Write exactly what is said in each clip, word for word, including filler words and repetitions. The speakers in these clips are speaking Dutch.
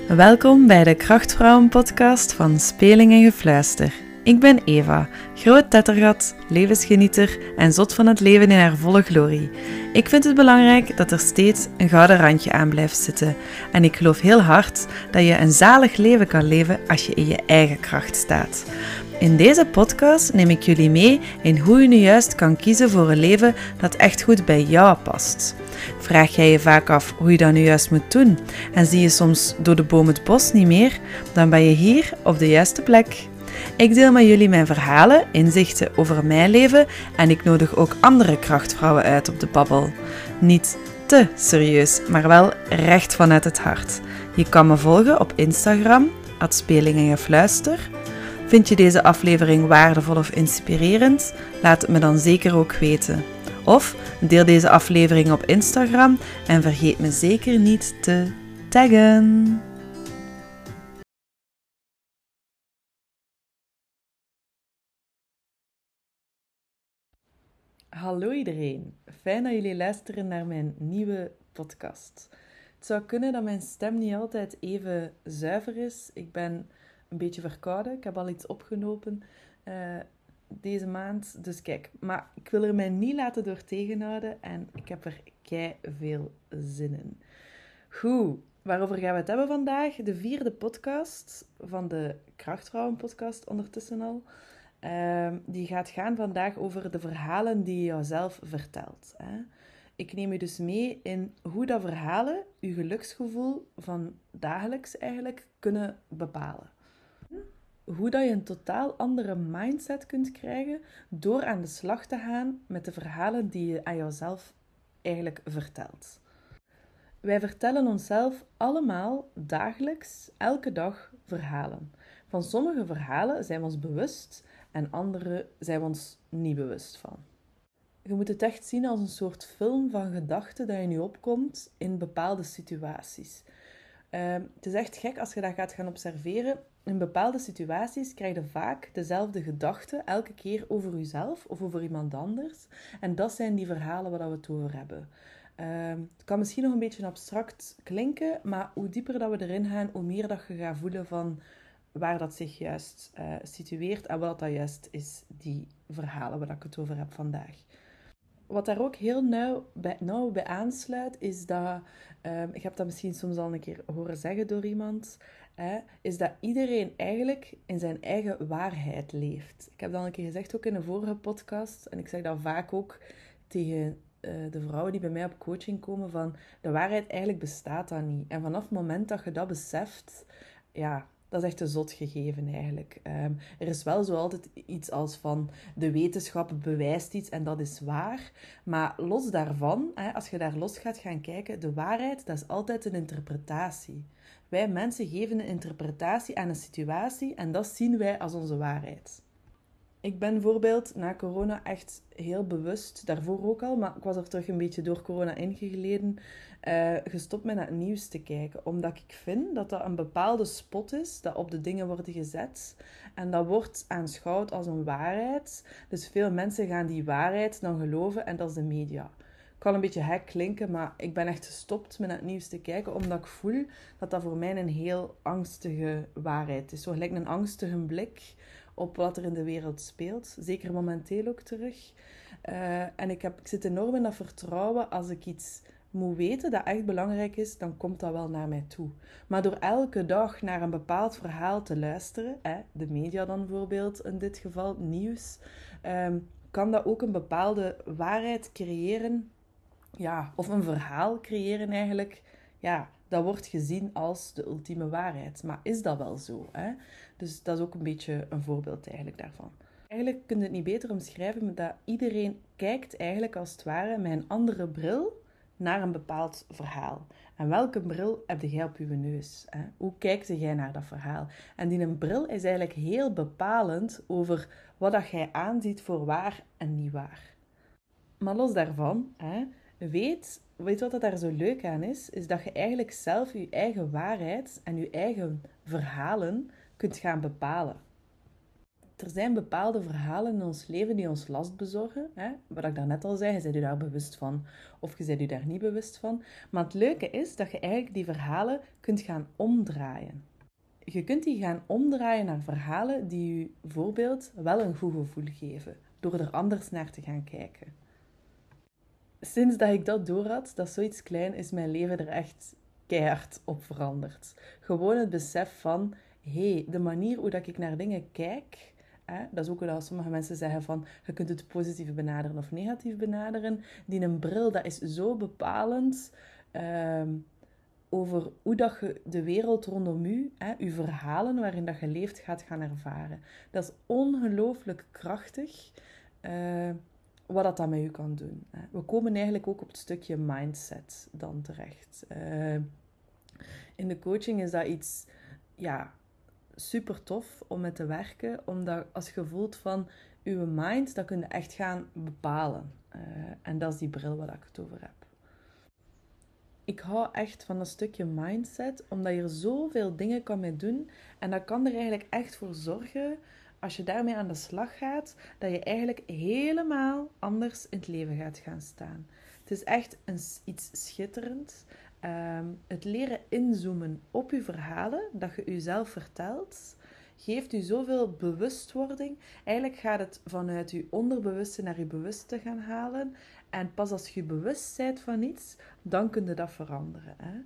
Welkom bij de Krachtvrouwen-podcast van Speling en Gefluister. Ik ben Eva, groot tettergat, levensgenieter en zot van het leven in haar volle glorie. Ik vind het belangrijk dat er steeds een gouden randje aan blijft zitten. En ik geloof heel hard dat je een zalig leven kan leven als je in je eigen kracht staat. In deze podcast neem ik jullie mee in hoe je nu juist kan kiezen voor een leven dat echt goed bij jou past. Vraag jij je vaak af hoe je dat nu juist moet doen en zie je soms door de boom het bos niet meer, dan ben je hier op de juiste plek. Ik deel met jullie mijn verhalen, inzichten over mijn leven en ik nodig ook andere krachtvrouwen uit op de babbel. Niet te serieus, maar wel recht vanuit het hart. Je kan me volgen op Instagram, at Speling en Gefluister. Vind je deze aflevering waardevol of inspirerend? Laat het me dan zeker ook weten. Of deel deze aflevering op Instagram en vergeet me zeker niet te taggen. Hallo iedereen, fijn dat jullie luisteren naar mijn nieuwe podcast. Het zou kunnen dat mijn stem niet altijd even zuiver is. Ik ben een beetje verkouden, ik heb al iets opgelopen uh, deze maand. Dus kijk, maar ik wil er mij niet laten door tegenhouden en ik heb er kei veel zin in. Goed, waarover gaan we het hebben vandaag? De vierde podcast van de Krachtvrouwen podcast ondertussen al. Uh, die gaat gaan vandaag over de verhalen die je jouzelf vertelt. Hè? Ik neem je dus mee in hoe dat verhalen je geluksgevoel van dagelijks eigenlijk kunnen bepalen. Hoe dat je een totaal andere mindset kunt krijgen door aan de slag te gaan met de verhalen die je aan jouzelf eigenlijk vertelt. Wij vertellen onszelf allemaal dagelijks, elke dag verhalen. Van sommige verhalen zijn we ons bewust en andere zijn we ons niet bewust van. Je moet het echt zien als een soort film van gedachten dat je nu opkomt in bepaalde situaties. Uh, het is echt gek als je dat gaat gaan observeren. In bepaalde situaties krijg je vaak dezelfde gedachten elke keer over jezelf of over iemand anders. En dat zijn die verhalen waar we het over hebben. Uh, het kan misschien nog een beetje abstract klinken, maar hoe dieper dat we erin gaan, hoe meer dat je gaat voelen van waar dat zich juist uh, situeert en wat dat juist is, die verhalen waar ik het over heb vandaag. Wat daar ook heel nauw bij, nauw bij aansluit, is dat, um, ik heb dat misschien soms al een keer horen zeggen door iemand, hè, is dat iedereen eigenlijk in zijn eigen waarheid leeft. Ik heb dat al een keer gezegd, ook in een vorige podcast, en ik zeg dat vaak ook tegen uh, de vrouwen die bij mij op coaching komen, van de waarheid eigenlijk bestaat dat niet. En vanaf het moment dat je dat beseft, ja, dat is echt een zot gegeven eigenlijk. Um, er is wel zo altijd iets als van de wetenschap bewijst iets en dat is waar. Maar los daarvan, hè, als je daar los gaat gaan kijken, de waarheid, dat is altijd een interpretatie. Wij mensen geven een interpretatie aan een situatie en dat zien wij als onze waarheid. Ik ben bijvoorbeeld na corona echt heel bewust, daarvoor ook al, maar ik was er terug een beetje door corona ingegleden, uh, gestopt met naar het nieuws te kijken. Omdat ik vind dat dat een bepaalde spot is, dat op de dingen worden gezet. En dat wordt aanschouwd als een waarheid. Dus veel mensen gaan die waarheid dan geloven en dat is de media. Kan een beetje hek klinken, maar ik ben echt gestopt met naar het nieuws te kijken, omdat ik voel dat dat voor mij een heel angstige waarheid is. Zo gelijk een angstige blik op wat er in de wereld speelt. Zeker momenteel ook terug. Uh, en ik, heb, ik zit enorm in dat vertrouwen. Als ik iets moet weten dat echt belangrijk is, dan komt dat wel naar mij toe. Maar door elke dag naar een bepaald verhaal te luisteren, hè, de media dan bijvoorbeeld, in dit geval nieuws, um, kan dat ook een bepaalde waarheid creëren. Ja, of een verhaal creëren eigenlijk. Ja, dat wordt gezien als de ultieme waarheid. Maar is dat wel zo? Hè? Dus dat is ook een beetje een voorbeeld eigenlijk daarvan. Eigenlijk kun je het niet beter omschrijven, maar dat iedereen kijkt eigenlijk als het ware met een andere bril naar een bepaald verhaal. En welke bril heb jij op je neus? Hè? Hoe kijkt jij naar dat verhaal? En die een bril is eigenlijk heel bepalend over wat dat jij aanziet voor waar en niet waar. Maar los daarvan, hè, weet, weet wat dat daar zo leuk aan is? Is dat je eigenlijk zelf je eigen waarheid en je eigen verhalen kunt gaan bepalen. er zijn bepaalde verhalen in ons leven die ons last bezorgen. Hè? Wat ik daarnet al zei, je bent je daar bewust van of je bent je daar niet bewust van. Maar het leuke is dat je eigenlijk die verhalen kunt gaan omdraaien. Je kunt die gaan omdraaien naar verhalen die je bijvoorbeeld wel een goed gevoel geven, door er anders naar te gaan kijken. Sinds dat ik dat doorhad, dat zoiets klein, is mijn leven er echt keihard op veranderd. Gewoon het besef van, hé, hey, de manier hoe dat ik naar dingen kijk, hè, dat is ook wat sommige mensen zeggen van, je kunt het positief benaderen of negatief benaderen. Die een bril, dat is zo bepalend um, over hoe dat je de wereld rondom u, hè, uw verhalen waarin dat je leeft, gaat gaan ervaren. Dat is ongelooflijk krachtig. Uh, wat dat dan met u kan doen. We komen eigenlijk ook op het stukje mindset dan terecht. Uh, in de coaching is dat iets, ja, super tof om mee te werken, omdat als je voelt van uw mind, dat kun je echt gaan bepalen. Uh, en dat is die bril waar ik het over heb. Ik hou echt van dat stukje mindset, omdat je er zoveel dingen kan mee doen en dat kan er eigenlijk echt voor zorgen, als je daarmee aan de slag gaat, dat je eigenlijk helemaal anders in het leven gaat gaan staan. Het is echt een, iets schitterends. Um, het leren inzoomen op je verhalen, dat je jezelf vertelt, geeft u zoveel bewustwording. Eigenlijk gaat het vanuit je onderbewuste naar je bewuste gaan halen. En pas als je bewust bent van iets, dan kun je dat veranderen. Hè?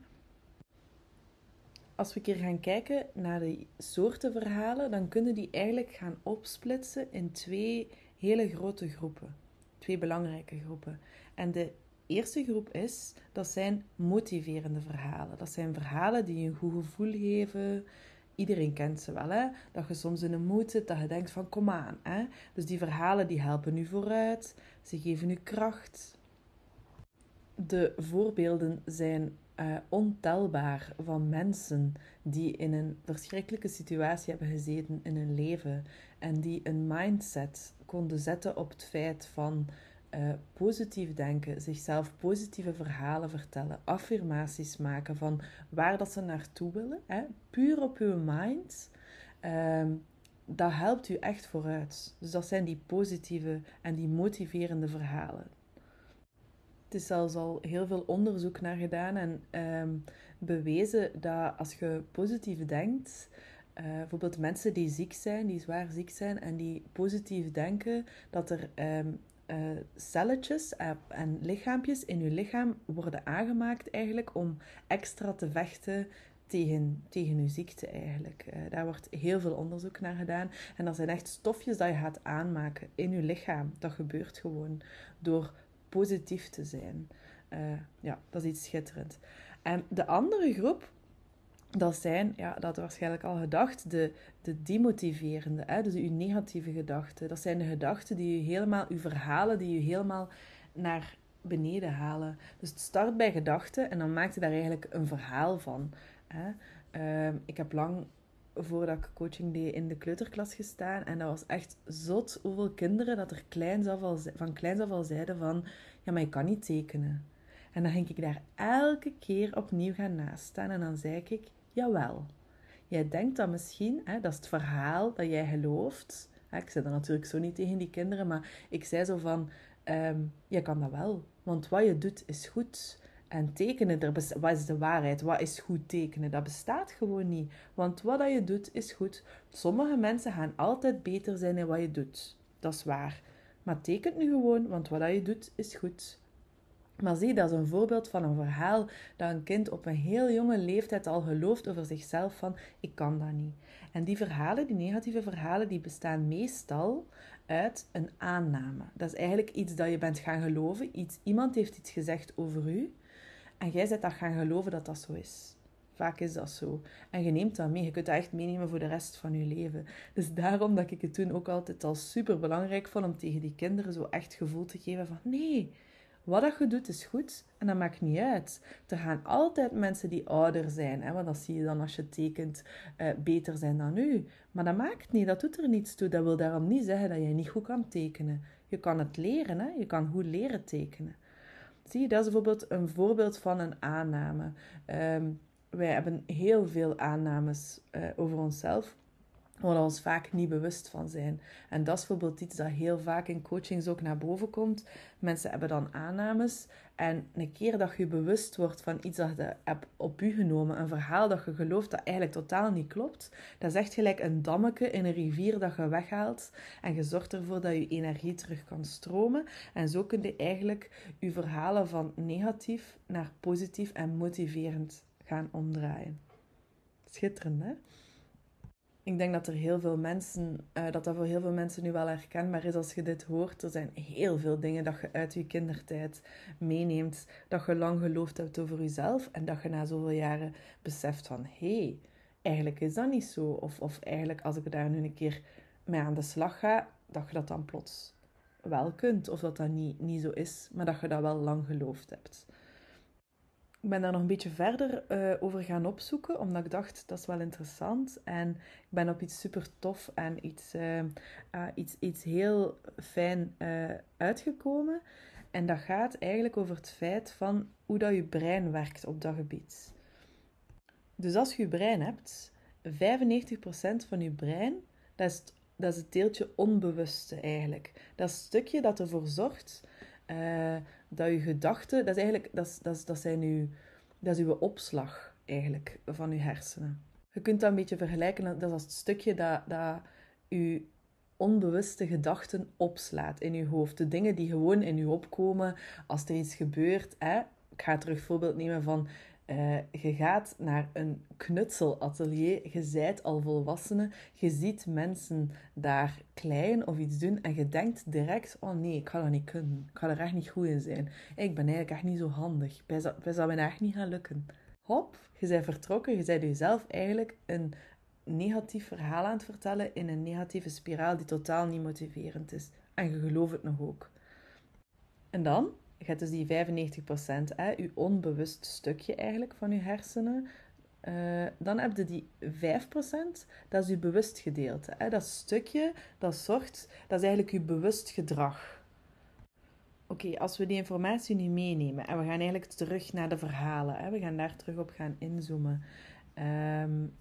Als we een keer gaan kijken naar de soorten verhalen, dan kunnen die eigenlijk gaan opsplitsen in twee hele grote groepen. Twee belangrijke groepen. En de eerste groep is, dat zijn motiverende verhalen. Dat zijn verhalen die je een goed gevoel geven. Iedereen kent ze wel, hè? Dat je soms in een mood zit, dat je denkt van, kom aan. Hè? Dus die verhalen die helpen u vooruit. Ze geven u kracht. De voorbeelden zijn uh, ontelbaar van mensen die in een verschrikkelijke situatie hebben gezeten in hun leven en die een mindset konden zetten op het feit van uh, positief denken, zichzelf positieve verhalen vertellen, affirmaties maken van waar dat ze naartoe willen, hè? Puur op uw mind. Uh, dat helpt u echt vooruit. Dus dat zijn die positieve en die motiverende verhalen. Er is zelfs al heel veel onderzoek naar gedaan en um, bewezen dat als je positief denkt, uh, bijvoorbeeld mensen die ziek zijn, die zwaar ziek zijn en die positief denken, dat er um, uh, celletjes uh, en lichaampjes in je lichaam worden aangemaakt eigenlijk om extra te vechten tegen, tegen je ziekte eigenlijk. Uh, daar wordt heel veel onderzoek naar gedaan en dat zijn echt stofjes dat je gaat aanmaken in je lichaam. Dat gebeurt gewoon door positief te zijn. Uh, ja, dat is iets schitterends. En de andere groep, dat zijn, ja, dat had waarschijnlijk al gedacht, de, de demotiverende, hè, dus uw negatieve gedachten. Dat zijn de gedachten die u helemaal, uw verhalen, die u helemaal naar beneden halen. Dus het start bij gedachten en dan maakt u daar eigenlijk een verhaal van. Hè. Uh, ik heb lang, voordat ik coaching deed, in de kleuterklas gestaan. En dat was echt zot hoeveel kinderen dat er kleins af al, van kleins af al zeiden van, ja, maar je kan niet tekenen. En dan ging ik daar elke keer opnieuw gaan naast staan. En dan zei ik, jawel. Jij denkt dat misschien, hè, dat is het verhaal dat jij gelooft. Hè, ik zei dat natuurlijk zo niet tegen die kinderen, maar ik zei zo van, um, je kan dat wel. Want wat je doet is goed. En tekenen, er besta- wat is de waarheid? Wat is goed tekenen? Dat bestaat gewoon niet. Want wat dat je doet, is goed. Sommige mensen gaan altijd beter zijn in wat je doet. Dat is waar. Maar teken nu gewoon, want wat dat je doet, is goed. Maar zie, dat is een voorbeeld van een verhaal dat een kind op een heel jonge leeftijd al gelooft over zichzelf van, ik kan dat niet. En die verhalen, die negatieve verhalen, die bestaan meestal uit een aanname. Dat is eigenlijk iets dat je bent gaan geloven. Iets, iemand heeft iets gezegd over u. En jij bent dat gaan geloven dat dat zo is. Vaak is dat zo. En je neemt dat mee. Je kunt dat echt meenemen voor de rest van je leven. Dus daarom dat ik het toen ook altijd al super belangrijk vond om tegen die kinderen zo echt gevoel te geven van nee, wat dat je doet is goed en dat maakt niet uit. Er gaan altijd mensen die ouder zijn, hè, want dat zie je dan als je tekent, uh, beter zijn dan u. Maar dat maakt niet, dat doet er niets toe. Dat wil daarom niet zeggen dat je niet goed kan tekenen. Je kan het leren, hè? Je kan goed leren tekenen. Zie je, dat is bijvoorbeeld een voorbeeld van een aanname. Um, wij hebben heel veel aannames uh, over onszelf. waar we ons vaak niet bewust van zijn. En dat is bijvoorbeeld iets dat heel vaak in coachings ook naar boven komt. Mensen hebben dan aannames. En een keer dat je bewust wordt van iets dat je hebt op je genomen, een verhaal dat je gelooft dat eigenlijk totaal niet klopt, dat is echt gelijk een dammetje in een rivier dat je weghaalt. En je zorgt ervoor dat je energie terug kan stromen. En zo kun je eigenlijk je verhalen van negatief naar positief en motiverend gaan omdraaien. Schitterend, hè? Ik denk dat er heel veel mensen, uh, dat dat voor heel veel mensen nu wel herkenbaar is als je dit hoort. Er zijn heel veel dingen dat je uit je kindertijd meeneemt, dat je lang geloofd hebt over jezelf en dat je na zoveel jaren beseft van, hé, hey, eigenlijk is dat niet zo. Of, of eigenlijk als ik daar nu een keer mee aan de slag ga, dat je dat dan plots wel kunt. Of dat dat niet, niet zo is, maar dat je dat wel lang geloofd hebt. Ik ben daar nog een beetje verder uh, over gaan opzoeken, omdat ik dacht, dat is wel interessant. En ik ben op iets super tof en iets, uh, uh, iets, iets heel fijn uh, uitgekomen. En dat gaat eigenlijk over het feit van hoe dat je brein werkt op dat gebied. Dus als je je brein hebt, vijfennegentig procent van je brein, dat is, het, dat is het deeltje onbewuste eigenlijk. Dat is het stukje dat ervoor zorgt... Uh, dat je gedachten, dat is eigenlijk, dat, is, dat, is, dat zijn uw, dat is uw opslag eigenlijk van je hersenen. Je kunt dat een beetje vergelijken, dat is als het stukje dat, dat je onbewuste gedachten opslaat in je hoofd. De dingen die gewoon in je opkomen als er iets gebeurt. Hè? Ik ga terug een voorbeeld nemen van... Uh, je gaat naar een knutselatelier, je zijt al volwassene, je ziet mensen daar kleien of iets doen en je denkt direct, oh nee, ik ga dat niet kunnen, ik ga er echt niet goed in zijn. Ik ben eigenlijk echt niet zo handig, dat zou me echt niet gaan lukken. Hop, je bent vertrokken, je bent jezelf eigenlijk een negatief verhaal aan het vertellen in een negatieve spiraal die totaal niet motiverend is. En je gelooft het nog ook. En dan... Je hebt dus die vijfennegentig procent, hè, je onbewust stukje eigenlijk van je hersenen. Uh, dan heb je die vijf procent, dat is je bewust gedeelte. Hè. Dat stukje, dat zorgt, dat is eigenlijk je bewust gedrag. Oké, okay, als we die informatie nu meenemen en we gaan eigenlijk terug naar de verhalen. Hè, we gaan daar terug op gaan inzoomen. Um,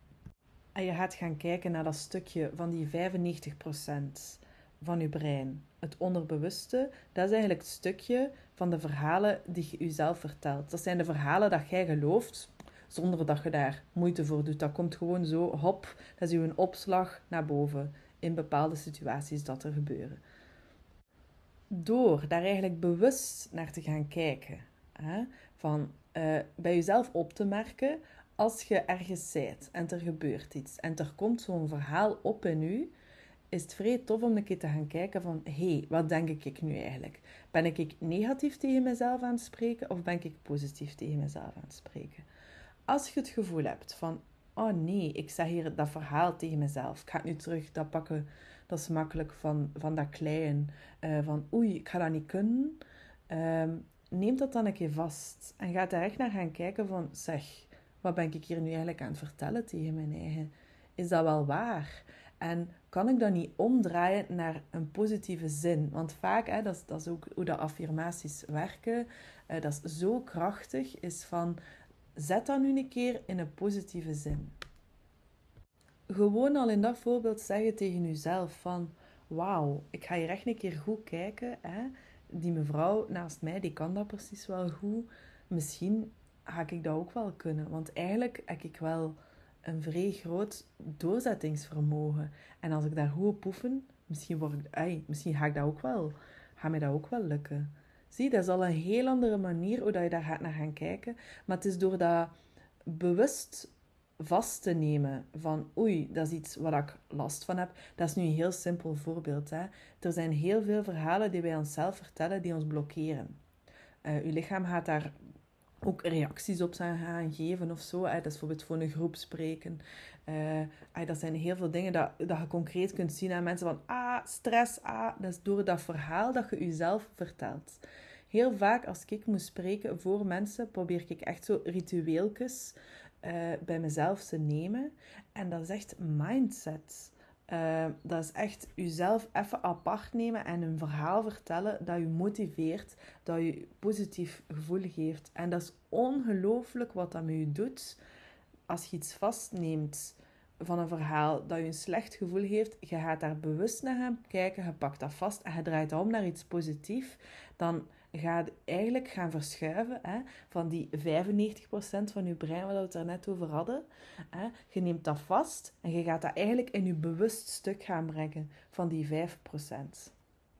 en je gaat gaan kijken naar dat stukje van die vijfennegentig procent van je brein. Het onderbewuste, dat is eigenlijk het stukje van de verhalen die je jezelf vertelt. Dat zijn de verhalen dat jij gelooft, zonder dat je daar moeite voor doet. Dat komt gewoon zo, hop, dat is je opslag naar boven in bepaalde situaties dat er gebeuren. Door daar eigenlijk bewust naar te gaan kijken, hè, van uh, bij jezelf op te merken, als je ergens bent en er gebeurt iets en er komt zo'n verhaal op in u, is het vrij tof om een keer te gaan kijken van, hé, hey, wat denk ik nu eigenlijk? Ben ik negatief tegen mezelf aan het spreken of ben ik positief tegen mezelf aan het spreken? Als je het gevoel hebt van, oh nee, ik zeg hier dat verhaal tegen mezelf, ik ga het nu terug, dat pakken, dat is makkelijk van, van dat klein, uh, van oei, ik ga dat niet kunnen. Uh, neem dat dan een keer vast en ga daar echt naar gaan kijken van, zeg, wat ben ik hier nu eigenlijk aan het vertellen tegen mijn eigen? Is dat wel waar? En kan ik dat niet omdraaien naar een positieve zin? Want vaak, hè, dat, is, dat is ook hoe de affirmaties werken, uh, dat is zo krachtig, is van, zet dat nu een keer in een positieve zin. Gewoon al in dat voorbeeld zeggen tegen jezelf van, wauw, ik ga hier echt een keer goed kijken. Hè? Die mevrouw naast mij, die kan dat precies wel goed. Misschien ga ik dat ook wel kunnen. Want eigenlijk heb ik wel een vrij groot doorzettingsvermogen. En als ik daar goed op oefen, misschien, word ik, ay, misschien ga ik dat ook wel. Ga mij dat ook wel lukken. Zie, dat is al een heel andere manier hoe dat je daar gaat naar gaan kijken. Maar het is door dat bewust vast te nemen van oei, dat is iets waar ik last van heb. Dat is nu een heel simpel voorbeeld. Hè. Er zijn heel veel verhalen die wij onszelf vertellen die ons blokkeren. Uh, uw lichaam gaat daar ook reacties op zijn gaan geven of zo. Hè. Dat is bijvoorbeeld voor een groep spreken. Uh, dat zijn heel veel dingen dat, dat je concreet kunt zien aan mensen van ah, stress, ah. Dat is door dat verhaal dat je jezelf vertelt. Heel vaak als ik moet spreken voor mensen, probeer ik echt zo ritueeltjes uh, bij mezelf te nemen. En dat is echt mindset. Uh, dat is echt jezelf even apart nemen en een verhaal vertellen dat je motiveert, dat je positief gevoel geeft. En dat is ongelooflijk wat dat met je doet als je iets vastneemt van een verhaal dat je een slecht gevoel heeft, je gaat daar bewust naar gaan kijken, je pakt dat vast en je draait dat om naar iets positiefs, dan ga je eigenlijk gaan verschuiven hè, van die vijfennegentig procent van je brein, waar we het er net over hadden. Hè. Je neemt dat vast en je gaat dat eigenlijk in je bewust stuk gaan brengen van die vijf procent.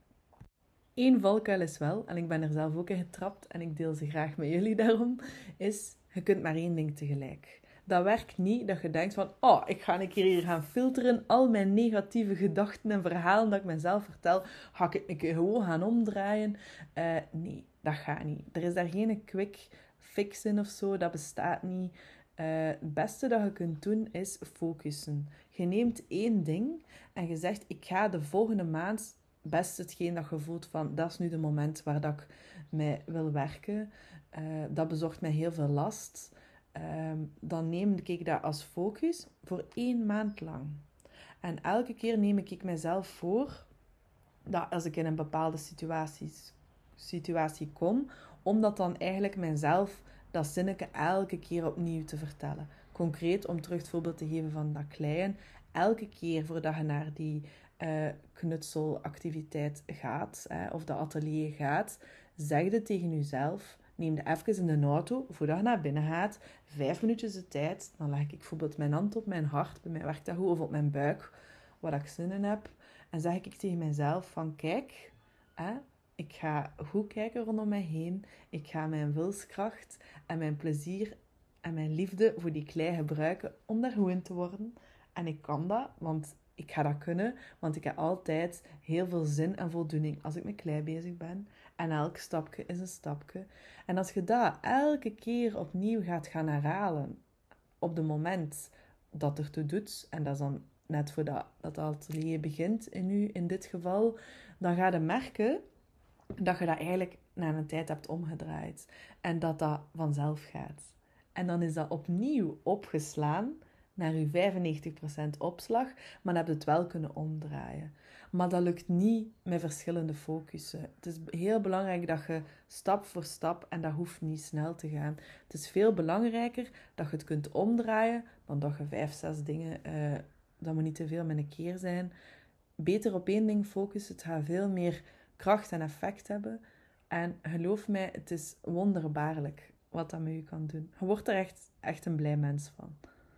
Eén valkuil is wel, en ik ben er zelf ook in getrapt en ik deel ze graag met jullie daarom, is je kunt maar één ding tegelijk. Dat werkt niet dat je denkt van, oh, ik ga een keer hier gaan filteren, al mijn negatieve gedachten en verhalen dat ik mezelf vertel, ga ik het een keer gewoon gaan omdraaien. Uh, nee, dat gaat niet. Er is daar geen quick fix in of zo, dat bestaat niet. Uh, het beste dat je kunt doen is focussen. Je neemt één ding en je zegt, ik ga de volgende maand best hetgeen dat je voelt van, dat is nu de moment waar dat ik mee wil werken. Uh, dat bezorgt mij heel veel last. Uh, dan neem ik dat als focus voor één maand lang. En elke keer neem ik mezelf voor dat als ik in een bepaalde situaties, situatie kom, om dat dan eigenlijk mezelf dat zinnetje elke keer opnieuw te vertellen. Concreet, om terug het voorbeeld te geven van dat kleien. Elke keer voordat je naar die uh, knutselactiviteit gaat, hè, of dat atelier gaat, zeg je tegen jezelf, neem je even in de auto, voordat je naar binnen gaat, vijf minuutjes de tijd, dan leg ik bijvoorbeeld mijn hand op mijn hart, bij mij werkt dat goed, of op mijn buik, waar ik zin in heb, en zeg ik tegen mezelf van, kijk, hè, ik ga goed kijken rondom mij heen, ik ga mijn wilskracht en mijn plezier en mijn liefde voor die klei gebruiken om daar goed in te worden. En ik kan dat, want ik ga dat kunnen, want ik heb altijd heel veel zin en voldoening als ik met klei bezig ben. En elk stapje is een stapje. En als je dat elke keer opnieuw gaat gaan herhalen, op het moment dat ertoe doet, en dat is dan net voordat dat atelier begint in u, in dit geval, dan ga je merken dat je dat eigenlijk na een tijd hebt omgedraaid. En dat dat vanzelf gaat. En dan is dat opnieuw opgeslaan naar je vijfennegentig procent opslag, maar dan heb je het wel kunnen omdraaien. Maar dat lukt niet met verschillende focussen. Het is heel belangrijk dat je stap voor stap, en dat hoeft niet snel te gaan. Het is veel belangrijker dat je het kunt omdraaien, dan dat je vijf, zes dingen, uh, dat moet niet te veel met een keer zijn. Beter op één ding focussen, het gaat veel meer kracht en effect hebben. En geloof mij, het is wonderbaarlijk wat dat met je kan doen. Je wordt er echt, echt een blij mens van.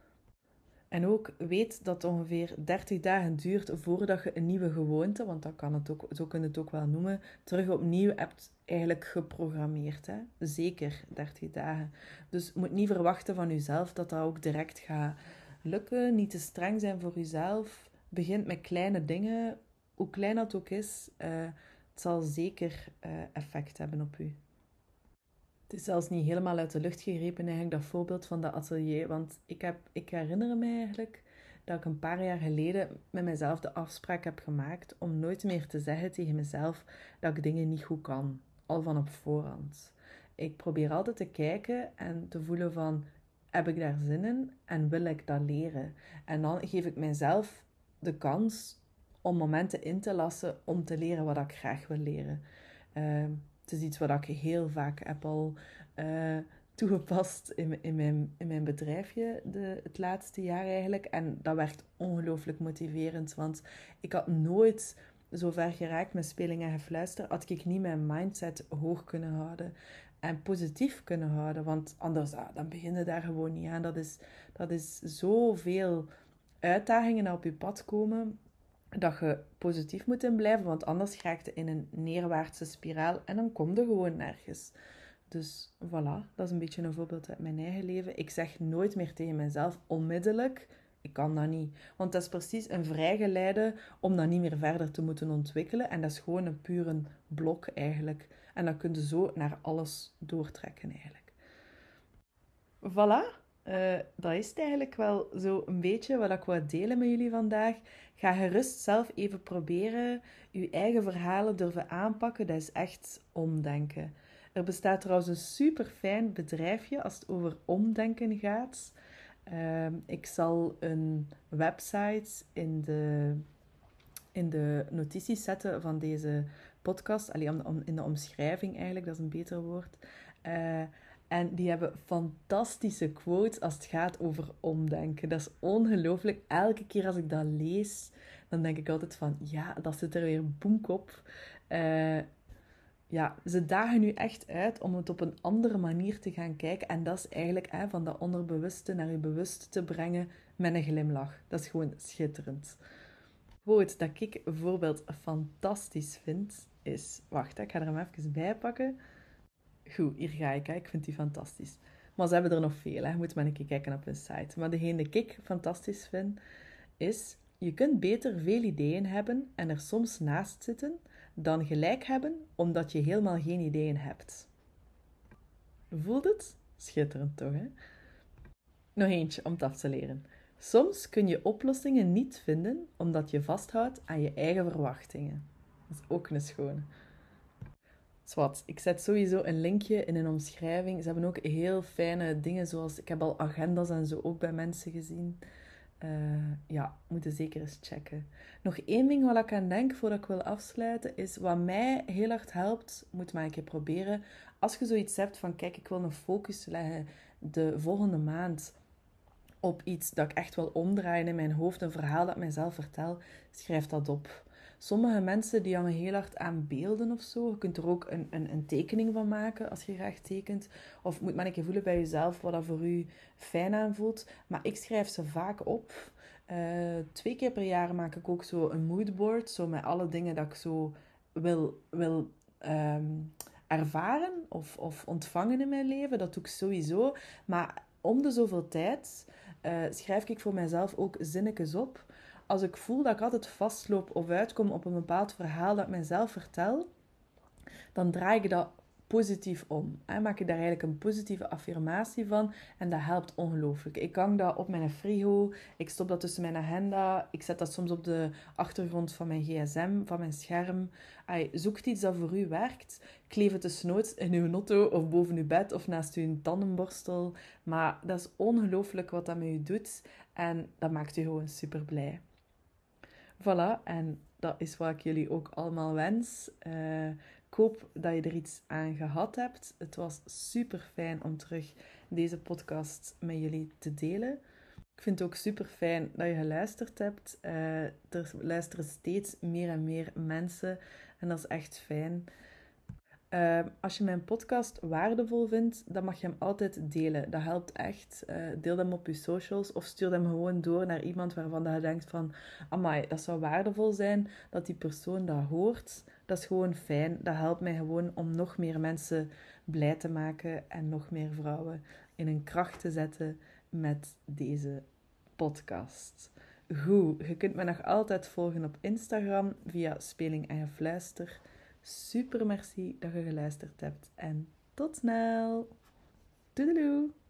En ook weet dat het ongeveer dertig dagen duurt voordat je een nieuwe gewoonte, want dat kan het ook, zo kun je het ook wel noemen, terug opnieuw hebt eigenlijk geprogrammeerd. Hè? Zeker dertig dagen. Dus je moet niet verwachten van jezelf dat dat ook direct gaat lukken. Niet te streng zijn voor jezelf. Begint met kleine dingen, hoe klein dat ook is. Uh, het zal zeker uh, effect hebben op u. Het is zelfs niet helemaal uit de lucht gegrepen eigenlijk, dat voorbeeld van dat atelier. Want ik, heb, ik herinner me eigenlijk dat ik een paar jaar geleden met mezelf de afspraak heb gemaakt om nooit meer te zeggen tegen mezelf dat ik dingen niet goed kan. Al van op voorhand. Ik probeer altijd te kijken en te voelen van, heb ik daar zin in en wil ik dat leren? En dan geef ik mezelf de kans om momenten in te lassen om te leren wat ik graag wil leren. Uh, Het is iets wat ik heel vaak heb al uh, toegepast in, in, mijn, in mijn bedrijfje de, het laatste jaar eigenlijk. En dat werkt ongelooflijk motiverend, want ik had nooit zo ver geraakt met speling en gefluister, had ik niet mijn mindset hoog kunnen houden en positief kunnen houden, want anders ah, dan begin je daar gewoon niet aan. Dat is, dat is zoveel uitdagingen die op je pad komen, dat je positief moet in blijven, want anders raak je in een neerwaartse spiraal en dan kom je gewoon nergens. Dus voilà, dat is een beetje een voorbeeld uit mijn eigen leven. Ik zeg nooit meer tegen mezelf onmiddellijk, ik kan dat niet. Want dat is precies een vrijgeleide om dat niet meer verder te moeten ontwikkelen. En dat is gewoon een pure blok eigenlijk. En dan kun je zo naar alles doortrekken eigenlijk. Voilà. Uh, dat is het eigenlijk wel zo een beetje wat ik wou delen met jullie vandaag. Ga gerust zelf even proberen je eigen verhalen durven aanpakken. Dat is echt omdenken. Er bestaat trouwens een super fijn bedrijfje als het over omdenken gaat. Uh, ik zal een website in de, in de notities zetten van deze podcast. Allee, om, om, in de omschrijving eigenlijk, dat is een beter woord. Uh, En die hebben fantastische quotes als het gaat over omdenken. Dat is ongelooflijk. Elke keer als ik dat lees, dan denk ik altijd van, ja, dat zit er weer boek op. Uh, ja, ze dagen nu echt uit om het op een andere manier te gaan kijken. En dat is eigenlijk hè, van dat onderbewuste naar je bewust te brengen met een glimlach. Dat is gewoon schitterend. Quote dat ik bijvoorbeeld fantastisch vind, is... Wacht, ik ga er hem even bij pakken. Goed, hier ga ik. Hè. Ik vind die fantastisch. Maar ze hebben er nog veel. Hè. Je moet maar een keer kijken op hun site. Maar degene die ik fantastisch vind, is... Je kunt beter veel ideeën hebben en er soms naast zitten, dan gelijk hebben, omdat je helemaal geen ideeën hebt. Voelt het? Schitterend toch, hè? Nog eentje om het af te leren. Soms kun je oplossingen niet vinden, omdat je vasthoudt aan je eigen verwachtingen. Dat is ook een schone. Zwat, ik zet sowieso een linkje in een omschrijving. Ze hebben ook heel fijne dingen, zoals... Ik heb al agendas en zo ook bij mensen gezien. Uh, ja, moeten zeker eens checken. Nog één ding wat ik aan denk voordat ik wil afsluiten, is wat mij heel hard helpt, moet maar een keer proberen. Als je zoiets hebt van, kijk, ik wil een focus leggen de volgende maand op iets dat ik echt wil omdraaien in mijn hoofd, een verhaal dat ik mijzelf vertel, schrijf dat op. Sommige mensen die hangen heel hard aan beelden of zo. Je kunt er ook een, een, een tekening van maken als je graag tekent. Of moet maar een keer voelen bij jezelf wat dat voor u fijn aanvoelt. Maar ik schrijf ze vaak op. Uh, twee keer per jaar maak ik ook zo een moodboard. Zo met alle dingen dat ik zo wil, wil um, ervaren of, of ontvangen in mijn leven. Dat doe ik sowieso. Maar om de zoveel tijd uh, schrijf ik voor mijzelf ook zinnetjes op. Als ik voel dat ik altijd vastloop of uitkom op een bepaald verhaal dat ik mezelf vertel, dan draai ik dat positief om. En maak ik daar eigenlijk een positieve affirmatie van. En dat helpt ongelooflijk. Ik hang dat op mijn frigo. Ik stop dat tussen mijn agenda. Ik zet dat soms op de achtergrond van mijn gsm, van mijn scherm. Ay, zoek iets dat voor u werkt. Kleef het desnoods in uw auto of boven uw bed of naast uw tandenborstel. Maar dat is ongelooflijk wat dat met u doet. En dat maakt u gewoon super blij. Voilà, en dat is wat ik jullie ook allemaal wens. Uh, ik hoop dat je er iets aan gehad hebt. Het was super fijn om terug deze podcast met jullie te delen. Ik vind het ook super fijn dat je geluisterd hebt. Uh, er luisteren steeds meer en meer mensen en dat is echt fijn. Uh, als je mijn podcast waardevol vindt, dan mag je hem altijd delen. Dat helpt echt. Uh, deel hem op je socials of stuur hem gewoon door naar iemand waarvan je denkt van amai, dat zou waardevol zijn dat die persoon dat hoort. Dat is gewoon fijn. Dat helpt mij gewoon om nog meer mensen blij te maken en nog meer vrouwen in hun kracht te zetten met deze podcast. Goed, je kunt me nog altijd volgen op Instagram via Speling en Gefluister. Super merci dat je geluisterd hebt en tot snel. Doedeloe!